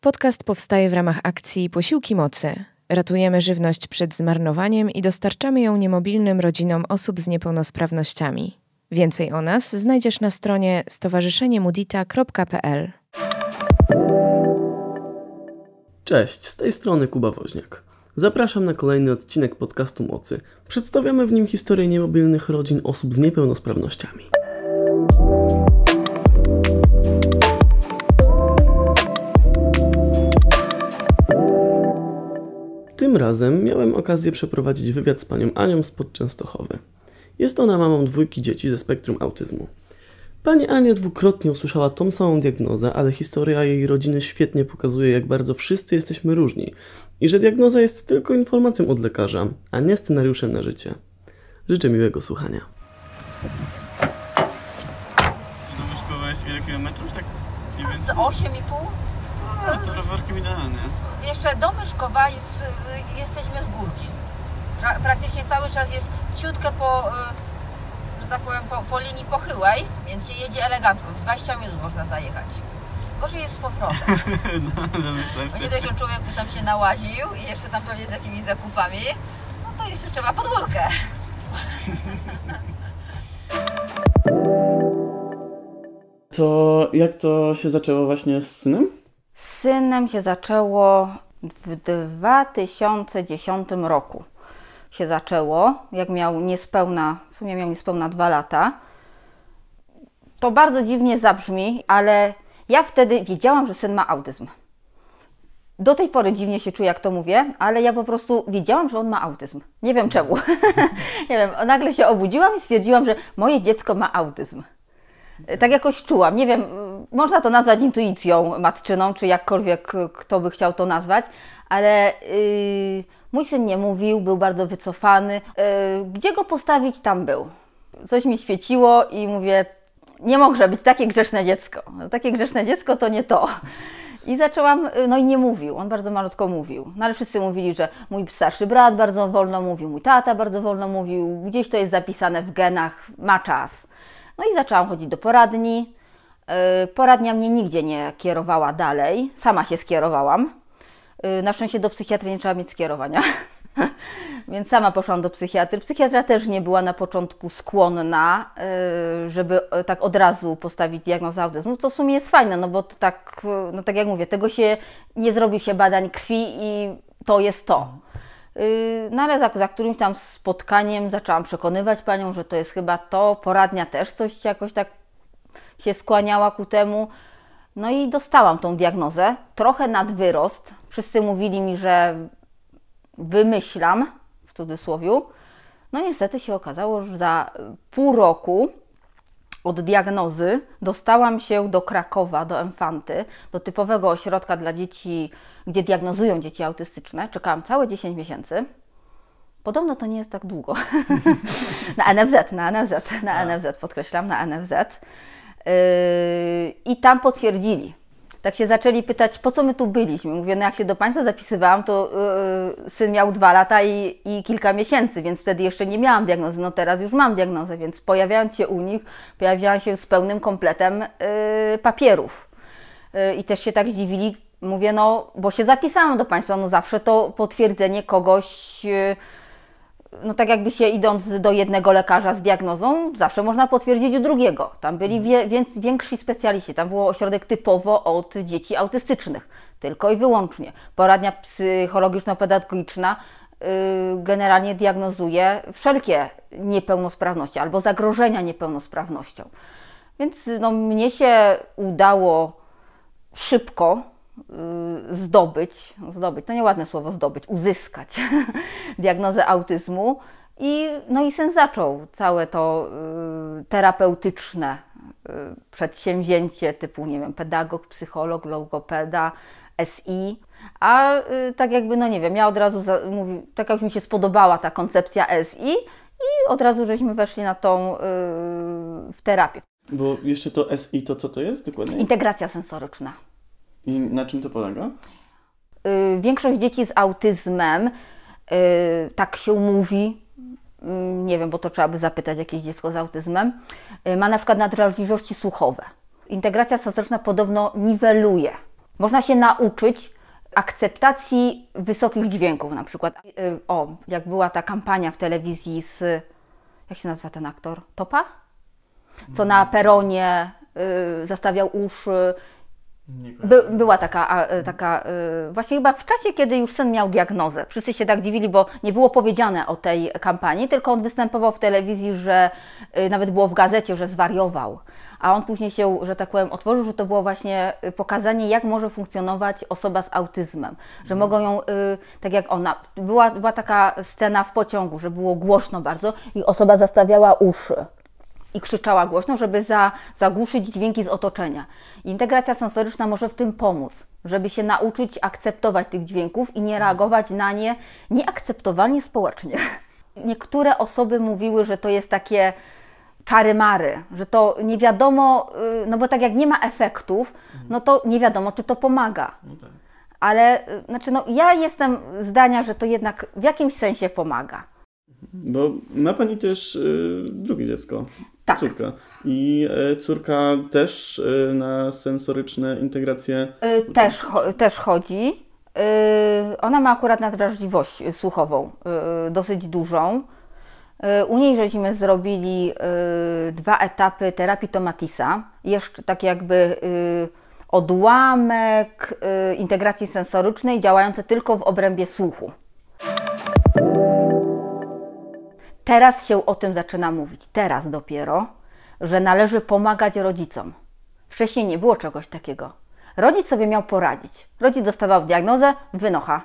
Podcast powstaje w ramach akcji Posiłki Mocy. Ratujemy żywność przed zmarnowaniem i dostarczamy ją niemobilnym rodzinom osób z niepełnosprawnościami. Więcej o nas znajdziesz na stronie stowarzyszeniemudita.pl. Cześć, z tej strony Kuba Woźniak. Zapraszam na kolejny odcinek podcastu Mocy. Przedstawiamy w nim historię niemobilnych rodzin osób z niepełnosprawnościami. Tym razem miałem okazję przeprowadzić wywiad z panią Anią spod Częstochowy. Jest ona mamą 2 dzieci ze spektrum autyzmu. Pani Ania dwukrotnie usłyszała tą samą diagnozę, ale historia jej rodziny świetnie pokazuje, jak bardzo wszyscy jesteśmy różni i że diagnoza jest tylko informacją od lekarza, a nie scenariuszem na życie. Życzę miłego słuchania. Do Myszkowa jest ile kilometrów, tak mniej więcej? Z 8,5. To rowerkiem idealnie. Jeszcze do Myszkowa jesteśmy z górki. Praktycznie cały czas jest ciutkę że tak powiem, po linii pochyłej, więc się jedzie elegancko. W 20 minut można zajechać. Gorzej jest z powrotem. Domyślam się. Nie dość, że człowiek tam się nałaził i jeszcze tam pewnie z jakimiś zakupami, no to jeszcze trzeba pod górkę. To jak to się zaczęło właśnie z synem? Z synem się zaczęło w 2010 roku. Się zaczęło, jak miał niespełna 2 lata. To bardzo dziwnie zabrzmi, ale ja wtedy wiedziałam, że syn ma autyzm. Do tej pory dziwnie się czuję, jak to mówię, ale ja po prostu wiedziałam, że on ma autyzm. Nie wiem czemu. Nie wiem, nagle się obudziłam i stwierdziłam, że moje dziecko ma autyzm. Tak jakoś czułam, nie wiem, można to nazwać intuicją matczyną, czy jakkolwiek kto by chciał to nazwać, ale mój syn nie mówił, był bardzo wycofany. Gdzie go postawić, tam był. Coś mi świeciło i mówię, nie może być takie grzeszne dziecko. Takie grzeszne dziecko to nie to. I zaczęłam, no i nie mówił, on bardzo malutko mówił. No ale wszyscy mówili, że mój starszy brat bardzo wolno mówił, mój tata bardzo wolno mówił, gdzieś to jest zapisane w genach, ma czas. No i zaczęłam chodzić do poradni. Poradnia mnie nigdzie nie kierowała dalej, sama się skierowałam. Na szczęście do psychiatry nie trzeba mieć skierowania, więc sama poszłam do psychiatry. Psychiatra też nie była na początku skłonna, żeby tak od razu postawić diagnozę autyzmu, co w sumie jest fajne, no bo to tak, no tak jak mówię, tego się nie zrobi się badań krwi i to jest to. No ale za którymś tam spotkaniem zaczęłam przekonywać panią, że to jest chyba to, poradnia też coś jakoś tak się skłaniała ku temu. No i dostałam tą diagnozę, trochę nad wyrost. Wszyscy mówili mi, że wymyślam, w cudzysłowiu. No niestety się okazało, że za pół roku od diagnozy dostałam się do Krakowa, do Enfanty, do typowego ośrodka dla dzieci, gdzie diagnozują dzieci autystyczne. Czekałam całe 10 miesięcy. Podobno to nie jest tak długo. Na NFZ, podkreślam, na NFZ. I tam potwierdzili. Tak się zaczęli pytać, po co my tu byliśmy. Mówię, no jak się do Państwa zapisywałam, to syn miał 2 lata i kilka miesięcy, więc wtedy jeszcze nie miałam diagnozy. No teraz już mam diagnozę, więc pojawiając się u nich, pojawiałam się z pełnym kompletem papierów. I też się tak zdziwili, mówię, no bo się zapisałam do Państwa, no zawsze to potwierdzenie kogoś, no tak jakby się idąc do jednego lekarza z diagnozą, zawsze można potwierdzić u drugiego. Tam byli więksi specjaliści, tam było ośrodek typowo od dzieci autystycznych, tylko i wyłącznie. Poradnia psychologiczno-pedagogiczna generalnie diagnozuje wszelkie niepełnosprawności albo zagrożenia niepełnosprawnością. Więc no, mnie się udało szybko zdobyć, to nieładne słowo zdobyć, uzyskać diagnozę autyzmu no i syn zaczął całe to terapeutyczne przedsięwzięcie typu, nie wiem, pedagog, psycholog, logopeda, SI, a tak jakby, no nie wiem, ja od razu tak jak mi się spodobała ta koncepcja SI i od razu żeśmy weszli na tą w terapię. Bo jeszcze to SI, to co to jest dokładnie? Integracja sensoryczna. I na czym to polega? Większość dzieci z autyzmem, tak się mówi, nie wiem, bo to trzeba by zapytać jakieś dziecko z autyzmem, ma na przykład nadwrażliwości słuchowe. Integracja sensoryczna podobno niweluje Można się nauczyć akceptacji wysokich dźwięków na przykład. Jak była ta kampania w telewizji jak się nazywa ten aktor? Topa? Co na peronie zastawiał uszy. Była taka właśnie chyba w czasie, kiedy już syn miał diagnozę. Wszyscy się tak dziwili, bo nie było powiedziane o tej kampanii, tylko on występował w telewizji, że nawet było w gazecie, że zwariował. A on później się, że tak powiem, otworzył, że to było właśnie pokazanie, jak może funkcjonować osoba z autyzmem. Że mogą ją, tak jak ona, była taka scena w pociągu, że było głośno bardzo i osoba zastawiała uszy i krzyczała głośno, żeby zagłuszyć dźwięki z otoczenia. Integracja sensoryczna może w tym pomóc, żeby się nauczyć akceptować tych dźwięków i nie reagować na nie nieakceptowalnie społecznie. Niektóre osoby mówiły, że to jest takie czary-mary, że to nie wiadomo, no bo tak jak nie ma efektów, no to nie wiadomo, czy to pomaga. No tak. Ale znaczy, no, ja jestem zdania, że to jednak w jakimś sensie pomaga. Bo ma Pani też drugie dziecko, tak. Córka. I córka też na sensoryczne integracje? Też chodzi. Ona ma akurat nadwrażliwość słuchową, dosyć dużą. U niej żeśmy zrobili 2 etapy terapii Tomatisa. Jeszcze tak jakby odłamek integracji sensorycznej działający tylko w obrębie słuchu. Teraz się o tym zaczyna mówić, teraz dopiero, że należy pomagać rodzicom. Wcześniej nie było czegoś takiego. Rodzic sobie miał poradzić. Rodzic dostawał diagnozę, wynocha.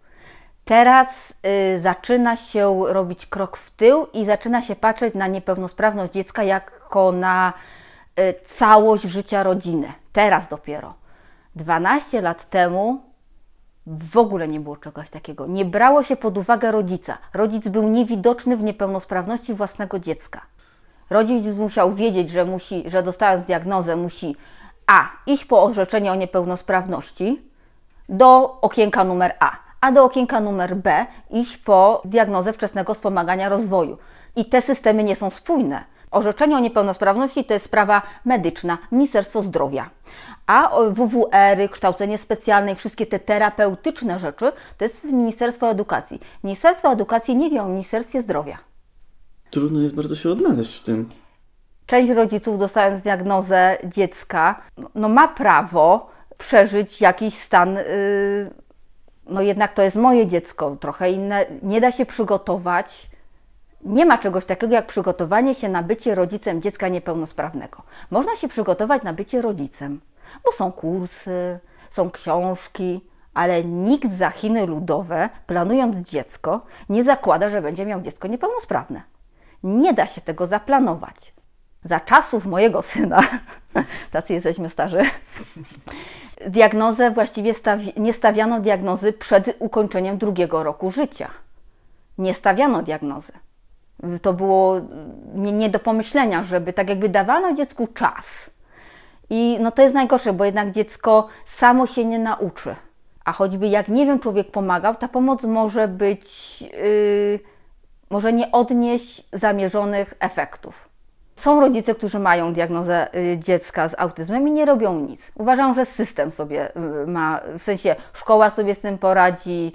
Teraz zaczyna się robić krok w tył i zaczyna się patrzeć na niepełnosprawność dziecka jako na całość życia rodziny. Teraz dopiero. 12 lat temu w ogóle nie było czegoś takiego. Nie brało się pod uwagę rodzica. Rodzic był niewidoczny w niepełnosprawności własnego dziecka. Rodzic musiał wiedzieć, że dostając diagnozę musi iść po orzeczenie o niepełnosprawności do okienka numer a do okienka numer B iść po diagnozę wczesnego wspomagania rozwoju. I te systemy nie są spójne. Orzeczenie o niepełnosprawności to jest sprawa medyczna, Ministerstwo Zdrowia. A WWR-y, kształcenie specjalne i wszystkie te terapeutyczne rzeczy to jest Ministerstwo Edukacji. Ministerstwo Edukacji nie wie o Ministerstwie Zdrowia. Trudno jest bardzo się odnaleźć w tym. Część rodziców, dostając diagnozę dziecka, ma prawo przeżyć jakiś stan, jednak to jest moje dziecko, trochę inne, nie da się przygotować. Nie ma czegoś takiego jak przygotowanie się na bycie rodzicem dziecka niepełnosprawnego. Można się przygotować na bycie rodzicem, bo są kursy, są książki, ale nikt za Chiny Ludowe, planując dziecko, nie zakłada, że będzie miał dziecko niepełnosprawne. Nie da się tego zaplanować. Za czasów mojego syna, tacy jesteśmy starzy, diagnozę właściwie nie stawiano diagnozy przed ukończeniem 2 roku życia. Nie stawiano diagnozy. To było nie do pomyślenia, żeby tak jakby dawano dziecku czas. I to jest najgorsze, bo jednak dziecko samo się nie nauczy. A choćby jak człowiek pomagał, ta pomoc może być, może nie odnieść zamierzonych efektów. Są rodzice, którzy mają diagnozę dziecka z autyzmem i nie robią nic. Uważam, że system sobie ma, w sensie szkoła sobie z tym poradzi,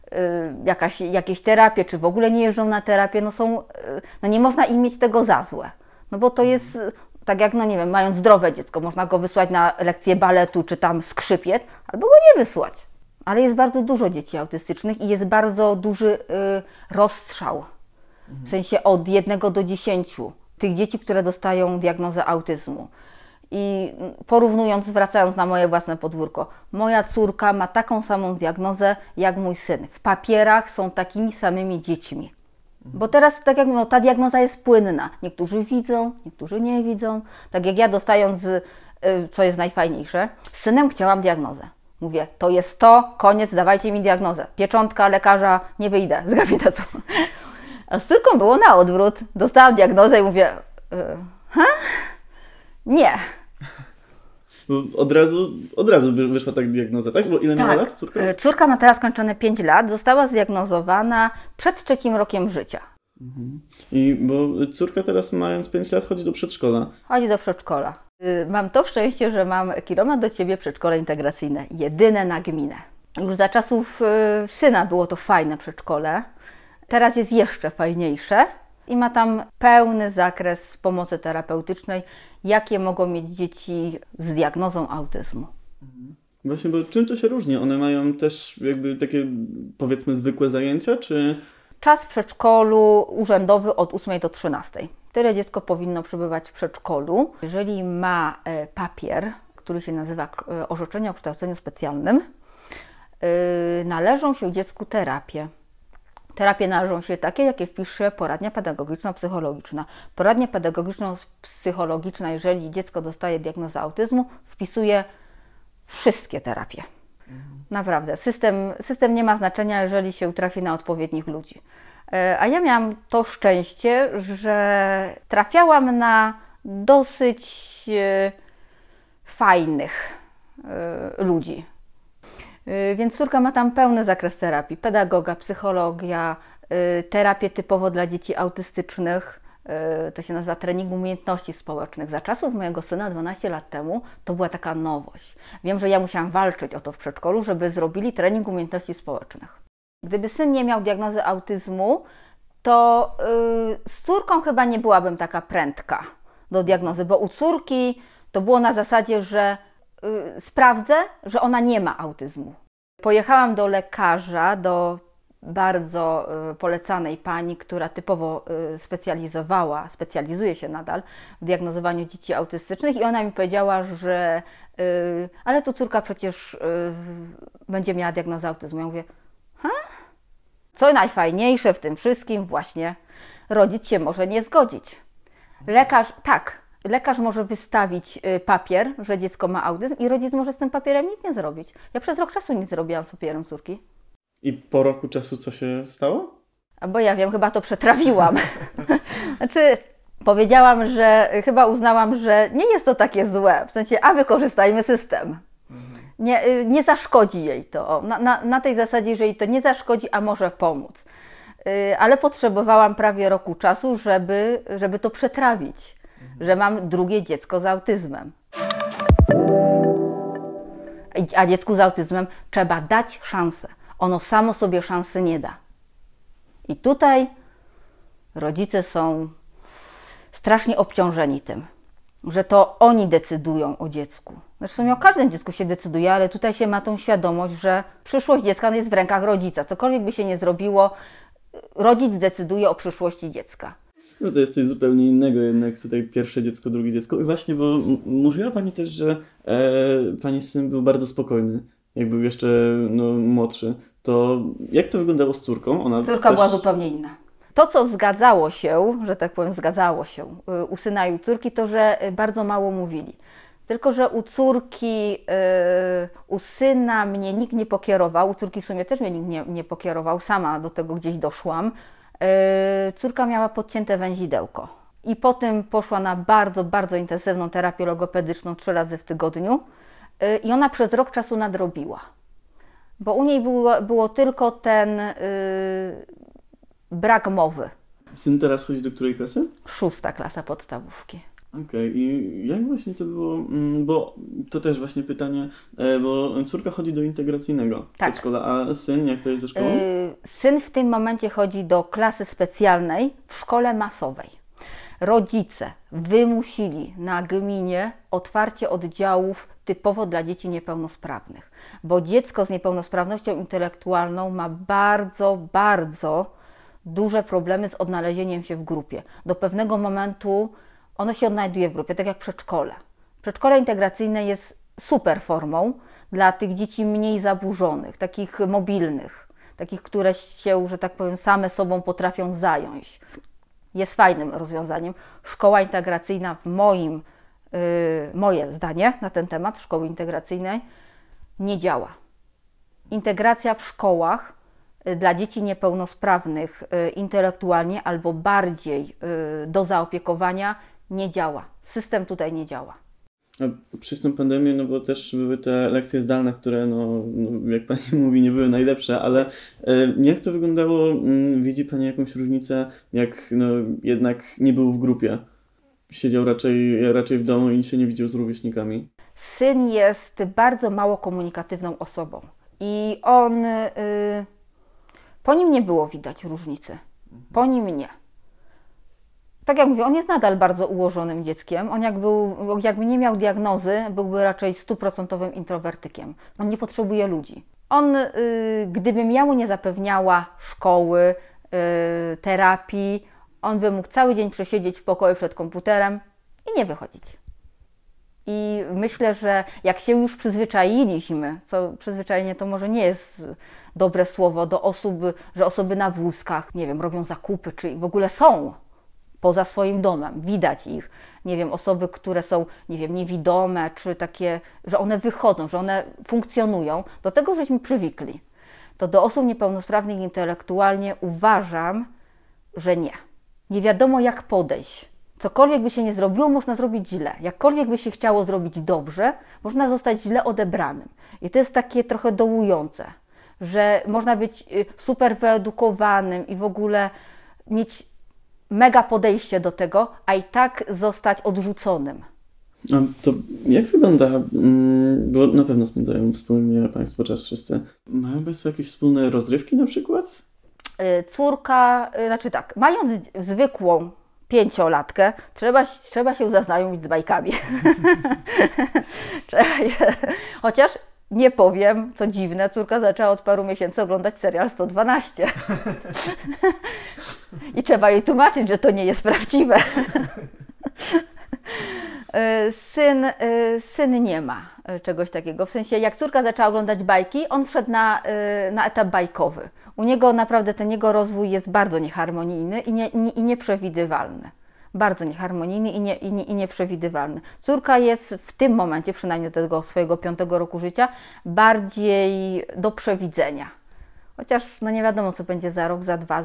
jakieś terapie, czy w ogóle nie jeżdżą na terapię, nie można im mieć tego za złe. Bo to jest tak jak, mając zdrowe dziecko, można go wysłać na lekcję baletu, czy tam skrzypiec, albo go nie wysłać. Ale jest bardzo dużo dzieci autystycznych i jest bardzo duży rozstrzał. W sensie od 1 do 10 tych dzieci, które dostają diagnozę autyzmu. I porównując, wracając na moje własne podwórko, moja córka ma taką samą diagnozę jak mój syn. W papierach są takimi samymi dziećmi. Bo teraz, tak jak ta diagnoza jest płynna. Niektórzy widzą, niektórzy nie widzą. Tak jak ja dostając, co jest najfajniejsze, z synem chciałam diagnozę. Mówię, to jest to, koniec, dawajcie mi diagnozę. Pieczątka lekarza, nie wyjdę z gabinetu. A z córką było na odwrót. Dostałam diagnozę i mówię, nie. Od razu wyszła tak diagnoza, tak? Bo ile miała lat córka? Córka ma teraz skończone 5 lat. Została zdiagnozowana przed 3 rokiem życia. I bo córka teraz, mając 5 lat, chodzi do przedszkola. Chodzi do przedszkola. Mam to szczęście, że mam kilometr do Ciebie przedszkole integracyjne, jedyne na gminę. Już za czasów syna było to fajne przedszkole, teraz jest jeszcze fajniejsze i ma tam pełny zakres pomocy terapeutycznej, jakie mogą mieć dzieci z diagnozą autyzmu. Właśnie, bo czym to się różni? One mają też jakby takie, powiedzmy, zwykłe zajęcia, czy... Czas w przedszkolu urzędowy od 8 do 13. Tyle dziecko powinno przebywać w przedszkolu. Jeżeli ma papier, który się nazywa orzeczenie o kształceniu specjalnym, należą się dziecku terapie. Terapie należą się takie, jakie wpisze poradnia pedagogiczno-psychologiczna. Poradnia pedagogiczno-psychologiczna, jeżeli dziecko dostaje diagnozę autyzmu, wpisuje wszystkie terapie. Naprawdę. System nie ma znaczenia, jeżeli się trafi na odpowiednich ludzi. A ja miałam to szczęście, że trafiałam na dosyć fajnych ludzi. Więc córka ma tam pełny zakres terapii. Pedagoga, psychologia, terapię typowo dla dzieci autystycznych. To się nazywa trening umiejętności społecznych. Za czasów mojego syna 12 lat temu to była taka nowość. Wiem, że ja musiałam walczyć o to w przedszkolu, żeby zrobili trening umiejętności społecznych. Gdyby syn nie miał diagnozy autyzmu, to z córką chyba nie byłabym taka prędka do diagnozy, bo u córki to było na zasadzie, że sprawdzę, że ona nie ma autyzmu. Pojechałam do lekarza, do bardzo polecanej pani, która typowo specjalizuje się nadal w diagnozowaniu dzieci autystycznych i ona mi powiedziała, że ale tu córka przecież będzie miała diagnozę autyzmu. Ja mówię, co najfajniejsze w tym wszystkim, właśnie rodzic się może nie zgodzić. Lekarz może wystawić papier, że dziecko ma autyzm i rodzic może z tym papierem nic nie zrobić. Ja przez rok czasu nic zrobiłam z papierem córki. I po roku czasu co się stało? Bo ja wiem, chyba to przetrawiłam. Znaczy, powiedziałam, że chyba uznałam, że nie jest to takie złe. W sensie, wykorzystajmy system. Nie zaszkodzi jej to. Na tej zasadzie, że jej to nie zaszkodzi, a może pomóc. Ale potrzebowałam prawie roku czasu, żeby to przetrawić. Że mam drugie dziecko z autyzmem. A dziecku z autyzmem trzeba dać szansę. Ono samo sobie szansy nie da. I tutaj rodzice są strasznie obciążeni tym, że to oni decydują o dziecku. Zresztą o każdym dziecku się decyduje, ale tutaj się ma tą świadomość, że przyszłość dziecka jest w rękach rodzica. Cokolwiek by się nie zrobiło, rodzic decyduje o przyszłości dziecka. No to jest coś zupełnie innego jednak tutaj pierwsze dziecko, drugie dziecko. I właśnie, bo mówiła Pani też, że Pani syn był bardzo spokojny, jak był jeszcze młodszy. To jak to wyglądało z córką? Córka była zupełnie inna. To, co zgadzało się, że tak powiem, u syna i u córki, to, że bardzo mało mówili. Tylko że u córki, u syna mnie nikt nie pokierował, u córki w sumie też mnie nikt nie pokierował, sama do tego gdzieś doszłam. Córka miała podcięte węzidełko i potem poszła na bardzo, bardzo intensywną terapię logopedyczną 3 razy w tygodniu i ona przez rok czasu nadrobiła. Bo u niej było tylko ten brak mowy. Syn teraz chodzi do której klasy? 6. klasa podstawówki. Okej. I jak właśnie to było, bo to też właśnie pytanie, bo córka chodzi do integracyjnego przedszkola, a syn jak to jest ze szkołą? Syn w tym momencie chodzi do klasy specjalnej w szkole masowej. Rodzice wymusili na gminie otwarcie oddziałów typowo dla dzieci niepełnosprawnych, bo dziecko z niepełnosprawnością intelektualną ma bardzo, bardzo duże problemy z odnalezieniem się w grupie. Do pewnego momentu ono się odnajduje w grupie, tak jak przedszkole. Przedszkole integracyjne jest super formą dla tych dzieci mniej zaburzonych, takich mobilnych, takich, które się, że tak powiem, same sobą potrafią zająć. Jest fajnym rozwiązaniem. Szkoła integracyjna moje zdanie na ten temat szkoły integracyjnej nie działa. Integracja w szkołach dla dzieci niepełnosprawnych intelektualnie albo bardziej do zaopiekowania nie działa. System tutaj nie działa. A przez tą pandemię, bo też były te lekcje zdalne, które, jak Pani mówi, nie były najlepsze, ale jak to wyglądało? Widzi Pani jakąś różnicę, jak jednak nie był w grupie? siedział raczej w domu i się nie widział z rówieśnikami? Syn jest bardzo mało komunikatywną osobą i on, po nim nie było widać różnicy, po nim nie. Tak jak mówię, on jest nadal bardzo ułożonym dzieckiem, on jakby nie miał diagnozy, byłby raczej 100% introwertykiem. On nie potrzebuje ludzi. On, gdybym ja mu nie zapewniała szkoły, terapii, on by mógł cały dzień przesiedzieć w pokoju przed komputerem i nie wychodzić. I myślę, że jak się już przyzwyczailiśmy, co przyzwyczajenie to może nie jest dobre słowo, do osób, że osoby na wózkach, nie wiem, robią zakupy, czy w ogóle są poza swoim domem, widać ich, nie wiem, osoby, które są, nie wiem, niewidome, czy takie, że one wychodzą, że one funkcjonują, do tego żeśmy przywykli. To do osób niepełnosprawnych intelektualnie uważam, że nie. Nie wiadomo jak podejść. Cokolwiek by się nie zrobiło, można zrobić źle. Jakkolwiek by się chciało zrobić dobrze, można zostać źle odebranym. I to jest takie trochę dołujące, że można być super wyedukowanym i w ogóle mieć mega podejście do tego, a i tak zostać odrzuconym. A to jak wygląda, bo na pewno spędzają wspólnie Państwo czas wszyscy. Mają Państwo jakieś wspólne rozrywki na przykład? Córka, znaczy tak, mając zwykłą 5-latkę, trzeba się zaznajomić z bajkami. Chociaż nie powiem, co dziwne, córka zaczęła od paru miesięcy oglądać serial 112. I trzeba jej tłumaczyć, że to nie jest prawdziwe. Syn nie ma czegoś takiego. W sensie, jak córka zaczęła oglądać bajki, on wszedł na etap bajkowy. U niego naprawdę ten jego rozwój jest bardzo nieharmonijny i nieprzewidywalny. Bardzo nieharmonijny i nieprzewidywalny. Córka jest w tym momencie, przynajmniej do tego swojego 5. roku życia, bardziej do przewidzenia. Chociaż no nie wiadomo, co będzie za rok, za 2,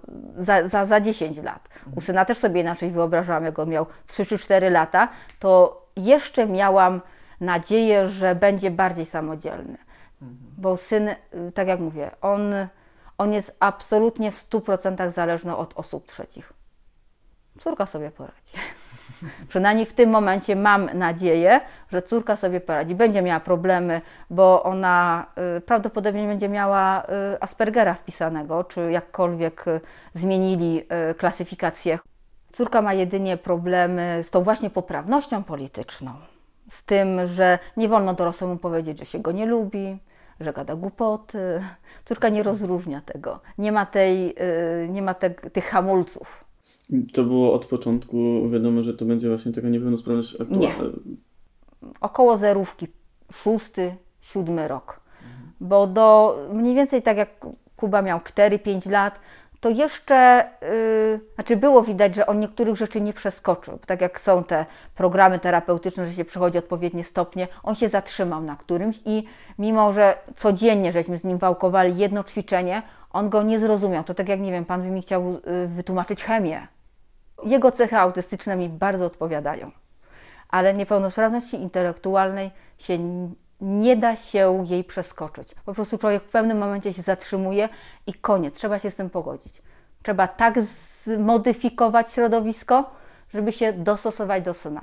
za 10 lat. U syna też sobie inaczej wyobrażałam, jak on miał 3 czy 4 lata, to jeszcze miałam nadzieję, że będzie bardziej samodzielny. Bo syn, tak jak mówię, on jest absolutnie w 100% zależny od osób trzecich. Córka sobie poradzi. Przynajmniej w tym momencie mam nadzieję, że córka sobie poradzi. Będzie miała problemy, bo ona prawdopodobnie będzie miała Aspergera wpisanego, czy jakkolwiek zmienili klasyfikację. Córka ma jedynie problemy z tą właśnie poprawnością polityczną. Z tym, że nie wolno dorosłemu powiedzieć, że się go nie lubi, że gada głupoty. Córka nie rozróżnia tego. Nie ma tych hamulców. To było od początku wiadomo, że to będzie właśnie taka niepełnosprawność aktualna? Nie. Około zerówki, 6, 7 rok. Bo do mniej więcej tak jak Kuba miał 4-5 lat, to jeszcze, było widać, że on niektórych rzeczy nie przeskoczył. Tak jak są te programy terapeutyczne, że się przechodzi odpowiednie stopnie, on się zatrzymał na którymś i mimo, że codziennie żeśmy z nim wałkowali jedno ćwiczenie, on go nie zrozumiał. To tak jak, nie wiem, pan by mi chciał wytłumaczyć chemię. Jego cechy autystyczne mi bardzo odpowiadają, ale niepełnosprawności intelektualnej nie da się jej przeskoczyć. Po prostu człowiek w pewnym momencie się zatrzymuje i koniec, trzeba się z tym pogodzić. Trzeba tak zmodyfikować środowisko, żeby się dostosować do syna.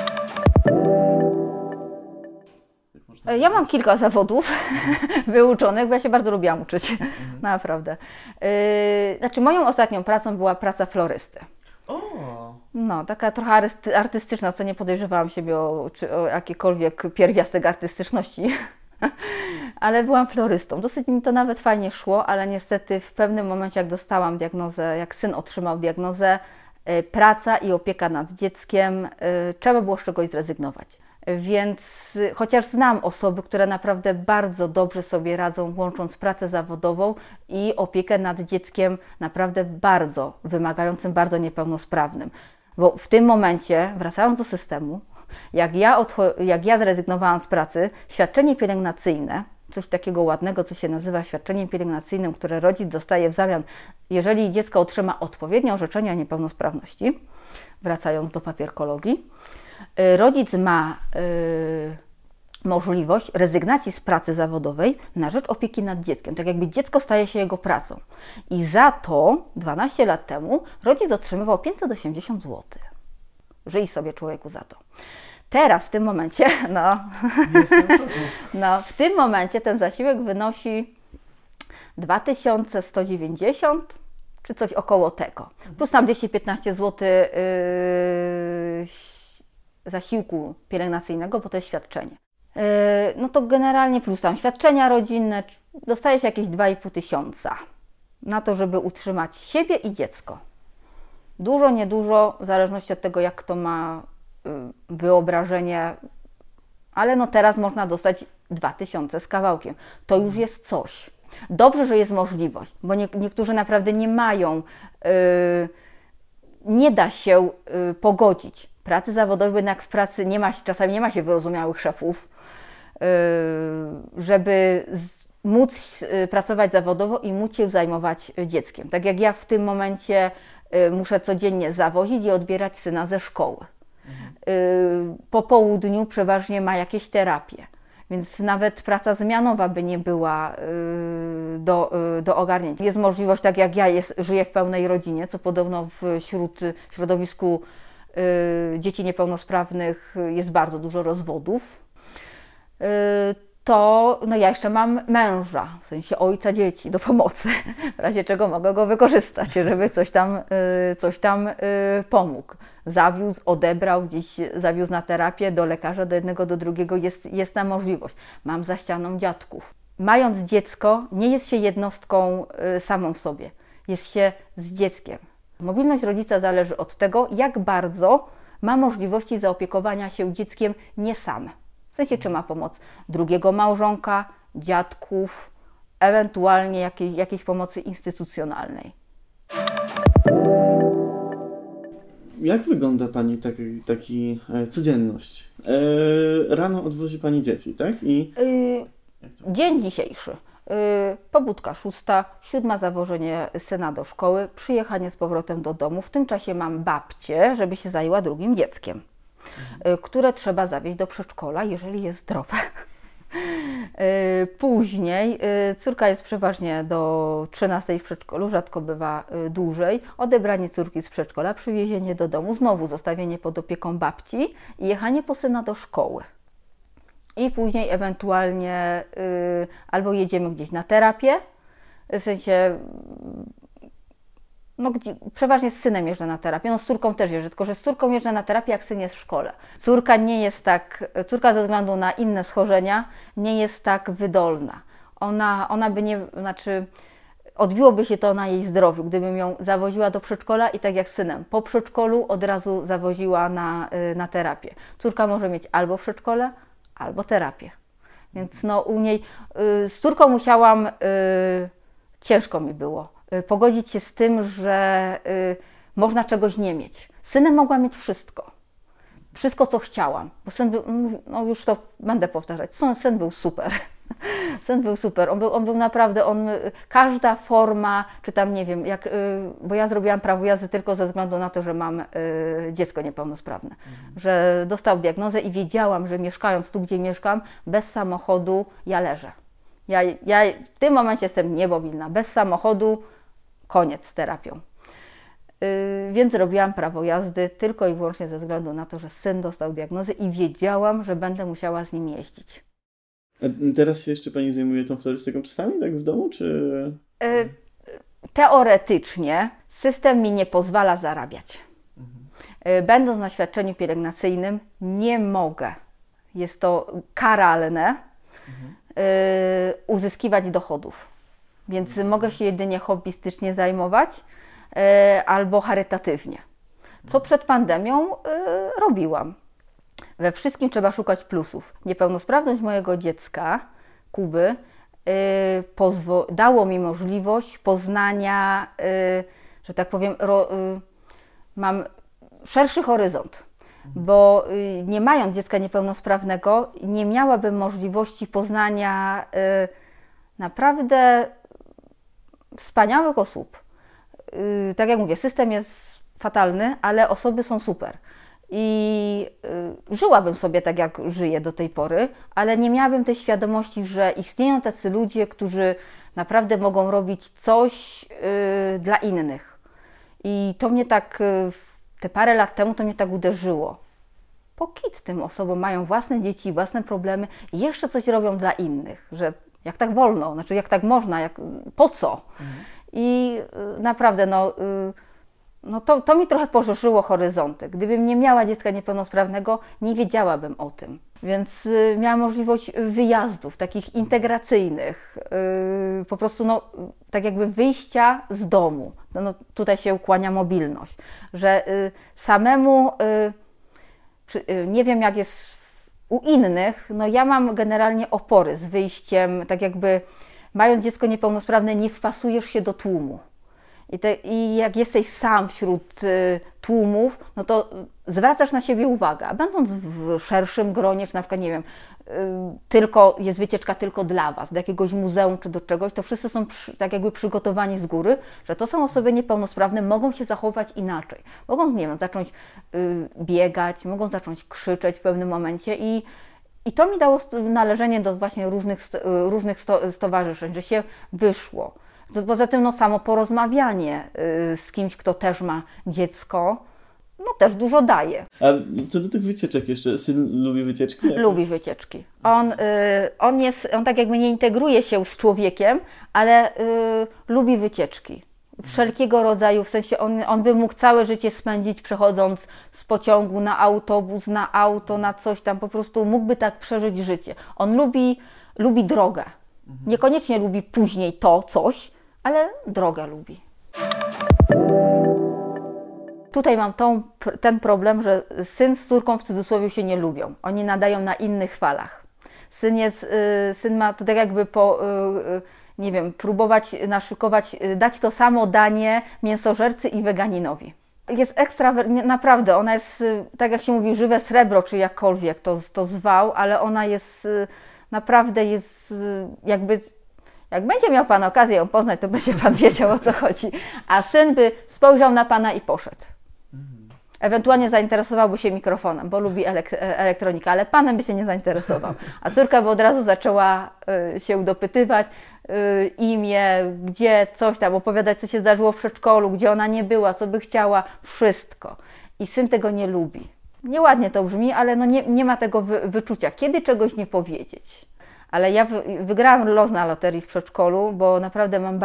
Ja mam kilka zawodów wyuczonych, bo ja się bardzo lubiłam uczyć, naprawdę. Moją ostatnią pracą była praca florysty. No, taka trochę artystyczna, co nie podejrzewałam siebie o jakikolwiek pierwiastek artystyczności, ale byłam florystą. Dosyć mi to nawet fajnie szło, ale niestety w pewnym momencie, jak dostałam diagnozę, jak syn otrzymał diagnozę, praca i opieka nad dzieckiem, trzeba było z czegoś zrezygnować. Więc chociaż znam osoby, które naprawdę bardzo dobrze sobie radzą, łącząc pracę zawodową i opiekę nad dzieckiem naprawdę bardzo wymagającym, bardzo niepełnosprawnym. Bo w tym momencie, wracając do systemu, jak ja zrezygnowałam z pracy, świadczenie pielęgnacyjne, coś takiego ładnego, co się nazywa świadczeniem pielęgnacyjnym, które rodzic dostaje w zamian, jeżeli dziecko otrzyma odpowiednie orzeczenie o niepełnosprawności, wracając do papierkologii, rodzic ma możliwość rezygnacji z pracy zawodowej na rzecz opieki nad dzieckiem. Tak jakby dziecko staje się jego pracą. I za to 12 lat temu rodzic otrzymywał 580 zł. Żyj sobie, człowieku, za to. Teraz, w tym momencie, w tym momencie ten zasiłek wynosi 2190 czy coś około tego. Plus tam 215 zł zasiłku pielęgnacyjnego, bo to jest świadczenie. No to generalnie plus tam świadczenia rodzinne, dostaje się jakieś 2500 na to, żeby utrzymać siebie i dziecko. Dużo, niedużo, w zależności od tego, jak kto ma wyobrażenie, ale no teraz można dostać 2000 z kawałkiem. To już jest coś. Dobrze, że jest możliwość, bo niektórzy naprawdę nie mają, nie da się pogodzić pracy zawodowej, bo jednak w pracy czasami nie ma się wyrozumiałych szefów, żeby móc pracować zawodowo i móc się zajmować dzieckiem. Tak jak ja w tym momencie muszę codziennie zawozić i odbierać syna ze szkoły. Po południu przeważnie ma jakieś terapie, więc nawet praca zmianowa by nie była do ogarnięcia. Jest możliwość, tak jak ja żyję w pełnej rodzinie, co podobno w środowisku dzieci niepełnosprawnych jest bardzo dużo rozwodów, to no ja jeszcze mam męża, w sensie ojca dzieci do pomocy, w razie czego mogę go wykorzystać, żeby coś tam pomógł. Zawiózł, odebrał, gdzieś zawiózł na terapię, do lekarza, do jednego, do drugiego, jest ta możliwość. Mam za ścianą dziadków. Mając dziecko, nie jest się jednostką samą w sobie, jest się z dzieckiem. Mobilność rodzica zależy od tego, jak bardzo ma możliwości zaopiekowania się dzieckiem nie sam. W sensie, czy ma pomoc drugiego małżonka, dziadków, ewentualnie jakiejś pomocy instytucjonalnej. Jak wygląda Pani taki codzienność? Rano odwozi Pani dzieci, tak? Dzień dzisiejszy. Pobudka 6, 7 zawożenie syna do szkoły, przyjechanie z powrotem do domu. W tym czasie mam babcię, żeby się zajęła drugim dzieckiem, które trzeba zawieźć do przedszkola, jeżeli jest zdrowe. Później córka jest przeważnie do 13 w przedszkolu, rzadko bywa dłużej. Odebranie córki z przedszkola, przywiezienie do domu, znowu zostawienie pod opieką babci i jechanie po syna do szkoły. I później ewentualnie albo jedziemy gdzieś na terapię, w sensie, no przeważnie z synem jeżdżę na terapię, no z córką też jeżdżę, tylko że z córką jeżdżę na terapię, jak syn jest w szkole. Córka ze względu na inne schorzenia nie jest tak wydolna. Ona by nie, odbiłoby się to na jej zdrowiu, gdybym ją zawoziła do przedszkola i tak jak z synem, po przedszkolu od razu zawoziła na terapię. Córka może mieć albo przedszkole, albo terapię. Więc no u niej z córką musiałam, ciężko mi było pogodzić się z tym, że można czegoś nie mieć. Z synem mogłam mieć wszystko. Wszystko, co chciałam. Bo syn był, no już to będę powtarzać, syn był super. Syn był super. On był naprawdę, każda forma, czy tam nie wiem, bo ja zrobiłam prawo jazdy tylko ze względu na to, że mam dziecko niepełnosprawne. Że dostał diagnozę i wiedziałam, że mieszkając tu, gdzie mieszkam, bez samochodu ja leżę. Ja w tym momencie jestem niemobilna. Bez samochodu koniec z terapią. Więc robiłam prawo jazdy tylko i wyłącznie ze względu na to, że syn dostał diagnozę i wiedziałam, że będę musiała z nim jeździć. A teraz się jeszcze Pani zajmuje tą florystyką czasami, tak w domu, czy...? Teoretycznie system mi nie pozwala zarabiać. Będąc na świadczeniu pielęgnacyjnym nie mogę, jest to karalne, uzyskiwać dochodów. Więc mogę się jedynie hobbystycznie zajmować albo charytatywnie. Co przed pandemią robiłam. We wszystkim trzeba szukać plusów. Niepełnosprawność mojego dziecka, Kuby, dało mi możliwość poznania, że tak powiem, mam szerszy horyzont, bo nie mając dziecka niepełnosprawnego, nie miałabym możliwości poznania naprawdę wspaniałych osób. Tak jak mówię, system jest fatalny, ale osoby są super. I żyłabym sobie tak, jak żyję do tej pory, ale nie miałabym tej świadomości, że istnieją tacy ludzie, którzy naprawdę mogą robić coś dla innych. I to mnie tak te parę lat temu to mnie tak uderzyło. Po kit tym osobom mają własne dzieci, własne problemy i jeszcze coś robią dla innych, że jak tak wolno, znaczy jak tak można, po co? I naprawdę to mi trochę poszerzyło horyzonty. Gdybym nie miała dziecka niepełnosprawnego, nie wiedziałabym o tym. Więc miałam możliwość wyjazdów, takich integracyjnych, po prostu tak jakby wyjścia z domu. Tutaj się ukłania mobilność, że samemu, nie wiem jak jest u innych, ja mam generalnie opory z wyjściem, tak jakby mając dziecko niepełnosprawne nie wpasujesz się do tłumu. I jak jesteś sam wśród tłumów, to zwracasz na siebie uwagę. A będąc w szerszym gronie, czy na przykład, nie wiem, jest wycieczka tylko dla Was, do jakiegoś muzeum czy do czegoś, to wszyscy są tak jakby przygotowani z góry, że to są osoby niepełnosprawne, mogą się zachować inaczej. Mogą, nie wiem, zacząć biegać, mogą zacząć krzyczeć w pewnym momencie i to mi dało należenie do właśnie różnych stowarzyszeń, że się wyszło. Poza tym samo porozmawianie z kimś, kto też ma dziecko, też dużo daje. A co do tych wycieczek jeszcze, syn lubi wycieczki? Lubi wycieczki. On tak jakby nie integruje się z człowiekiem, ale lubi wycieczki. Wszelkiego rodzaju, w sensie on by mógł całe życie spędzić przechodząc z pociągu na autobus, na auto, na coś tam, po prostu mógłby tak przeżyć życie. On lubi drogę. Niekoniecznie lubi później to coś, ale drogę lubi. Tutaj mam ten problem, że syn z córką w cudzysłowie się nie lubią. Oni nadają na innych falach. Syn ma to tak jakby nie wiem, próbować naszykować, dać to samo danie mięsożercy i weganinowi. Jest ekstra, naprawdę, ona jest, tak jak się mówi, żywe srebro, czy jakkolwiek to zwał, ale ona jest, naprawdę jest jakby, jak będzie miał Pan okazję ją poznać, to będzie Pan wiedział, o co chodzi. A syn by spojrzał na Pana i poszedł. Ewentualnie zainteresowałby się mikrofonem, bo lubi elektronikę, ale Panem by się nie zainteresował. A córka by od razu zaczęła się dopytywać, imię, gdzie, coś tam, opowiadać, co się zdarzyło w przedszkolu, gdzie ona nie była, co by chciała, wszystko. I syn tego nie lubi. Nieładnie to brzmi, ale nie ma tego wyczucia, kiedy czegoś nie powiedzieć. Ale ja wygrałam los na loterii w przedszkolu, bo naprawdę mam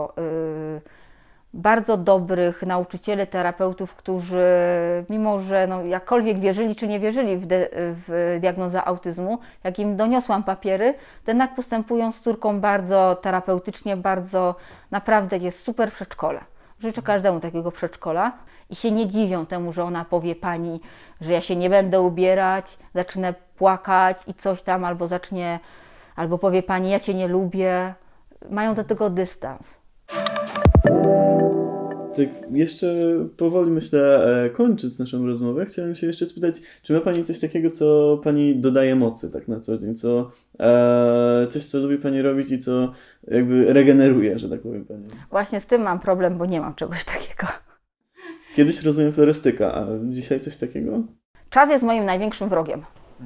bardzo dobrych nauczycieli, terapeutów, którzy mimo, że jakkolwiek wierzyli czy nie wierzyli w diagnozę autyzmu, jak im doniosłam papiery, to jednak postępują z córką bardzo terapeutycznie, naprawdę jest super przedszkole. Życzę każdemu takiego przedszkola i się nie dziwią temu, że ona powie Pani, że ja się nie będę ubierać, zacznę płakać i coś tam, albo powie Pani, ja Cię nie lubię. Mają do tego dystans. Tak jeszcze powoli, myślę, kończąc naszą rozmowę, chciałem się jeszcze spytać, czy ma Pani coś takiego, co Pani dodaje mocy tak na co dzień, coś, co lubi Pani robić i co jakby regeneruje, że tak powiem Pani? Właśnie z tym mam problem, bo nie mam czegoś takiego. Kiedyś rozumiem florystyka, a dzisiaj coś takiego? Czas jest moim największym wrogiem.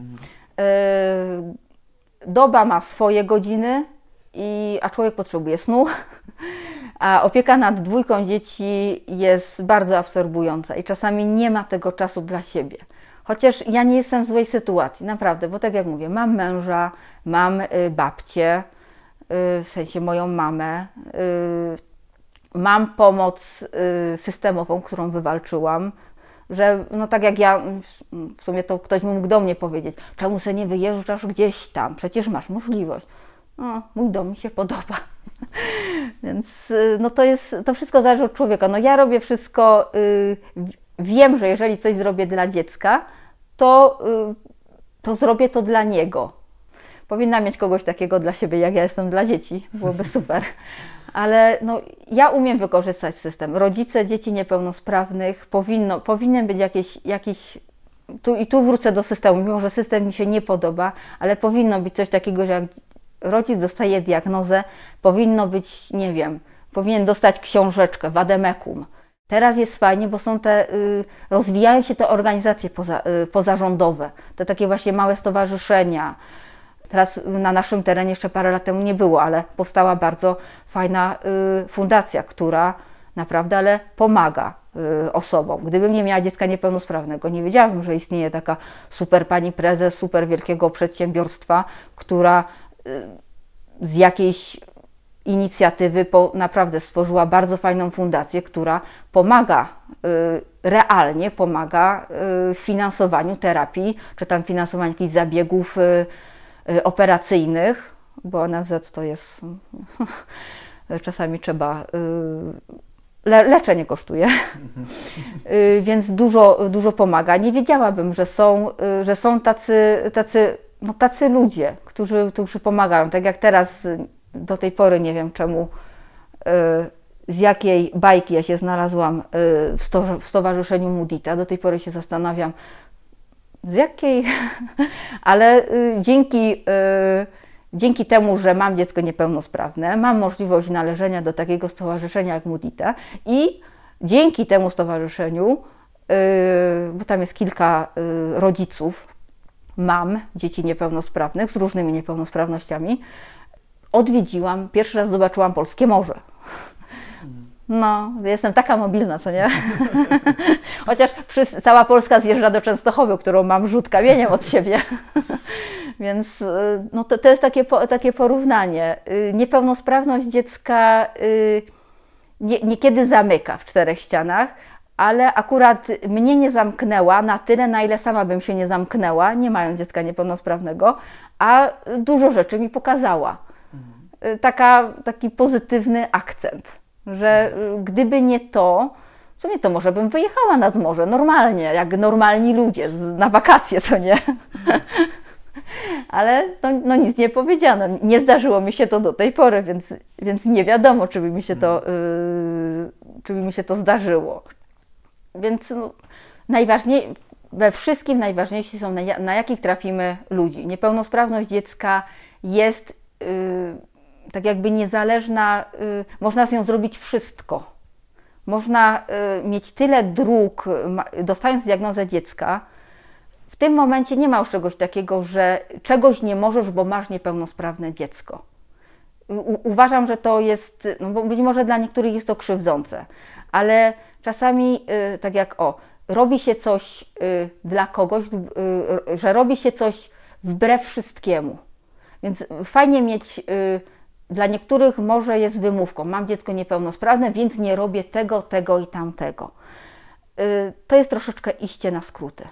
Doba ma swoje godziny, a człowiek potrzebuje snu. A opieka nad 2 dzieci jest bardzo absorbująca i czasami nie ma tego czasu dla siebie. Chociaż ja nie jestem w złej sytuacji, naprawdę, bo tak jak mówię, mam męża, mam babcię, w sensie moją mamę, mam pomoc systemową, którą wywalczyłam, że tak jak ja, w sumie to ktoś mógł do mnie powiedzieć, czemu sobie nie wyjeżdżasz gdzieś tam, przecież masz możliwość. Mój dom mi się podoba. Więc to wszystko zależy od człowieka. Ja robię wszystko, wiem, że jeżeli coś zrobię dla dziecka, to zrobię to dla niego. Powinnam mieć kogoś takiego dla siebie, jak ja jestem dla dzieci, byłoby super. Ale ja umiem wykorzystać system. Rodzice dzieci niepełnosprawnych powinien być jakiś tu wrócę do systemu, mimo że system mi się nie podoba, ale powinno być coś takiego, że jak rodzic dostaje diagnozę, powinno być, nie wiem, powinien dostać książeczkę, wademekum. Teraz jest fajnie, bo rozwijają się te organizacje pozarządowe, te takie właśnie małe stowarzyszenia. Teraz na naszym terenie jeszcze parę lat temu nie było, ale powstała bardzo fajna fundacja, która naprawdę pomaga osobą. Gdybym nie miała dziecka niepełnosprawnego, nie wiedziałabym, że istnieje taka super pani prezes super wielkiego przedsiębiorstwa, która z jakiejś inicjatywy naprawdę stworzyła bardzo fajną fundację, która pomaga, realnie pomaga w finansowaniu terapii, czy tam finansowaniu jakichś zabiegów operacyjnych, bo NFZ to jest czasami trzeba, leczenie kosztuje, więc dużo pomaga. Nie wiedziałabym, że są tacy ludzie, którzy pomagają. Tak jak teraz do tej pory nie wiem czemu, z jakiej bajki ja się znalazłam w Stowarzyszeniu Mudita. Do tej pory się zastanawiam, z jakiej, ale dzięki temu, że mam dziecko niepełnosprawne, mam możliwość należenia do takiego stowarzyszenia jak Mudita i dzięki temu stowarzyszeniu, bo tam jest kilka rodziców, mam dzieci niepełnosprawnych z różnymi niepełnosprawnościami, pierwszy raz zobaczyłam polskie morze. No, jestem taka mobilna, co nie? Chociaż cała Polska zjeżdża do Częstochowy, którą mam rzut kamieniem od siebie. Więc no to jest takie porównanie. Niepełnosprawność dziecka niekiedy zamyka w czterech ścianach, ale akurat mnie nie zamknęła na tyle, na ile sama bym się nie zamknęła, nie mając dziecka niepełnosprawnego, a dużo rzeczy mi pokazała. Taki pozytywny akcent, że gdyby nie to, w sumie to może bym wyjechała nad morze normalnie, jak normalni ludzie, na wakacje, co nie? Ale no nic nie powiedziano, nie zdarzyło mi się to do tej pory, więc nie wiadomo, czy by mi się to zdarzyło. Więc no, we wszystkim najważniejsi są, na jakich trafimy ludzi. Niepełnosprawność dziecka jest tak jakby niezależna, można z nią zrobić wszystko. Można mieć tyle dróg, dostając diagnozę dziecka. W tym momencie nie ma już czegoś takiego, że czegoś nie możesz, bo masz niepełnosprawne dziecko. Uważam, że to jest, no bo być może dla niektórych jest to krzywdzące, ale czasami tak jak robi się coś dla kogoś, że robi się coś wbrew wszystkiemu. Więc fajnie mieć, dla niektórych może jest wymówką, mam dziecko niepełnosprawne, więc nie robię tego i tamtego. To jest troszeczkę iście na skróty,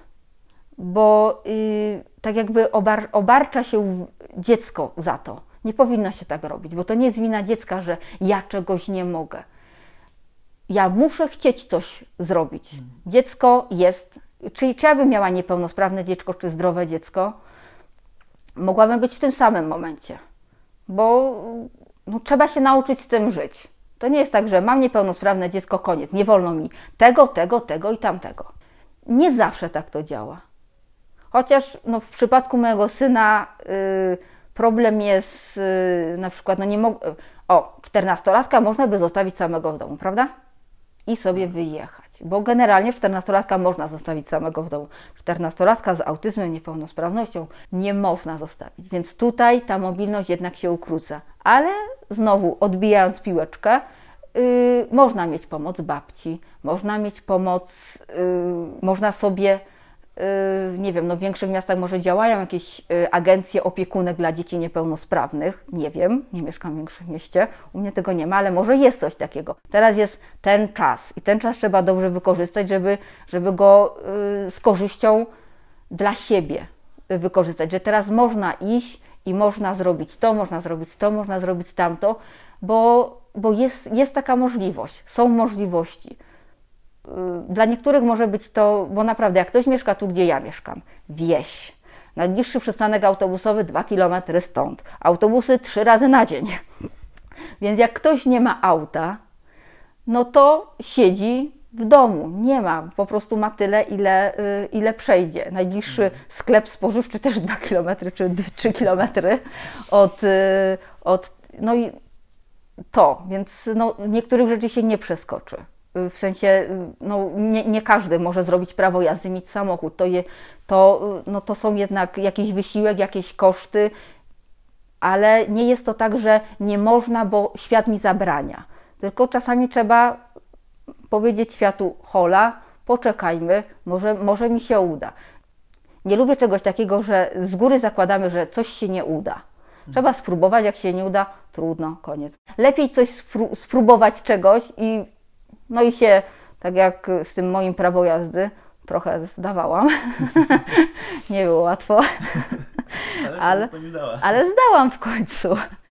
bo tak jakby obarcza się dziecko za to. Nie powinno się tak robić, bo to nie jest wina dziecka, że ja czegoś nie mogę. Ja muszę chcieć coś zrobić. Dziecko jest, czy ja bym miała niepełnosprawne dziecko, czy zdrowe dziecko, mogłabym być w tym samym momencie, bo no, trzeba się nauczyć z tym żyć. To nie jest tak, że mam niepełnosprawne dziecko, koniec, nie wolno mi tego i tamtego. Nie zawsze tak to działa. Chociaż no, w przypadku mojego syna problem jest na przykład, no nie mogę, 14-latka można by zostawić samego w domu, prawda? I sobie wyjechać, bo generalnie 14-latka można zostawić samego w domu. 14-latka z autyzmem, niepełnosprawnością nie można zostawić, więc tutaj ta mobilność jednak się ukróca. Ale znowu odbijając piłeczkę, można mieć pomoc babci, można mieć pomoc, można sobie, nie wiem, no w większych miastach może działają jakieś agencje opiekunek dla dzieci niepełnosprawnych, nie wiem, nie mieszkam w większym mieście, u mnie tego nie ma, ale może jest coś takiego. Teraz jest ten czas i ten czas trzeba dobrze wykorzystać, żeby go z korzyścią dla siebie wykorzystać, że teraz można iść i można zrobić to, można zrobić tamto, bo jest taka możliwość, są możliwości. Dla niektórych może być to, bo naprawdę jak ktoś mieszka tu, gdzie ja mieszkam, wieś, najbliższy przystanek autobusowy 2 km stąd, autobusy 3 razy na dzień. Więc jak ktoś nie ma auta, no to siedzi w domu, nie ma, po prostu ma tyle, ile przejdzie. Najbliższy sklep spożywczy też 2 km czy 3 km no i to, więc no, niektórych rzeczy się nie przeskoczy. W sensie, no, nie każdy może zrobić prawo jazdy, mieć samochód. To są jednak jakiś wysiłek, jakieś koszty, ale nie jest to tak, że nie można, bo świat mi zabrania. Tylko czasami trzeba powiedzieć światu: hola, poczekajmy, może mi się uda. Nie lubię czegoś takiego, że z góry zakładamy, że coś się nie uda. Trzeba spróbować, jak się nie uda, trudno, koniec. Lepiej coś spróbować czegoś i się, tak jak z tym moim prawo jazdy, trochę zdawałam. Nie było łatwo, ale zdałam w końcu.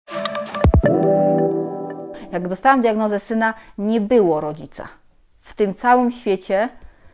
Jak dostałam diagnozę syna, nie było rodzica. W tym całym świecie,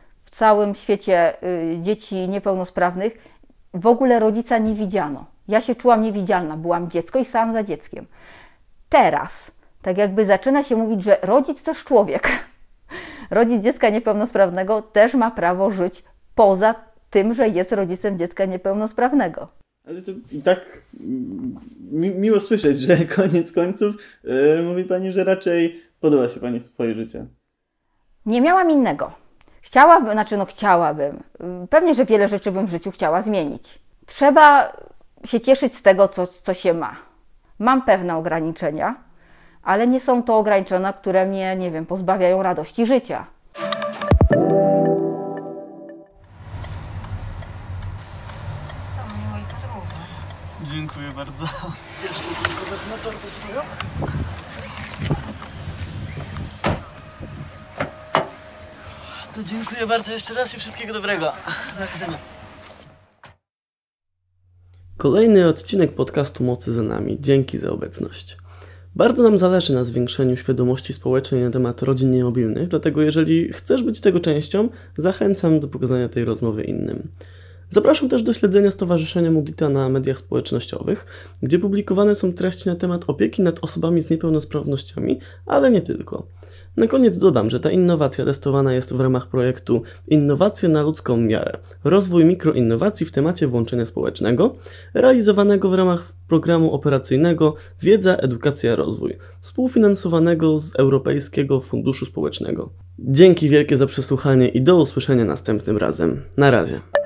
dzieci niepełnosprawnych, w ogóle rodzica nie widziano. Ja się czułam niewidzialna, byłam dziecko i stałam za dzieckiem. Teraz, tak jakby zaczyna się mówić, że rodzic też człowiek. Rodzic dziecka niepełnosprawnego też ma prawo żyć poza tym, że jest rodzicem dziecka niepełnosprawnego. Ale to i tak miło słyszeć, że koniec końców mówi Pani, że raczej podoba się Pani swoje życie. Nie miałam innego. Chciałabym. Pewnie, że wiele rzeczy bym w życiu chciała zmienić. Trzeba się cieszyć z tego, co się ma. Mam pewne ograniczenia, ale nie są to ograniczenia, które mnie, pozbawiają radości życia. Dziękuję bardzo. Jeszcze tylko wezmę torbę swoją. To dziękuję bardzo jeszcze raz i wszystkiego dobrego. Do widzenia. Kolejny odcinek podcastu Mocy za nami. Dzięki za obecność. Bardzo nam zależy na zwiększeniu świadomości społecznej na temat rodzin niemobilnych, dlatego jeżeli chcesz być tego częścią, zachęcam do pokazania tej rozmowy innym. Zapraszam też do śledzenia Stowarzyszenia Mudita na mediach społecznościowych, gdzie publikowane są treści na temat opieki nad osobami z niepełnosprawnościami, ale nie tylko. Na koniec dodam, że ta innowacja testowana jest w ramach projektu Innowacje na ludzką miarę. Rozwój mikroinnowacji w temacie włączenia społecznego, realizowanego w ramach programu operacyjnego Wiedza, Edukacja, Rozwój, współfinansowanego z Europejskiego Funduszu Społecznego. Dzięki wielkie za przesłuchanie i do usłyszenia następnym razem. Na razie.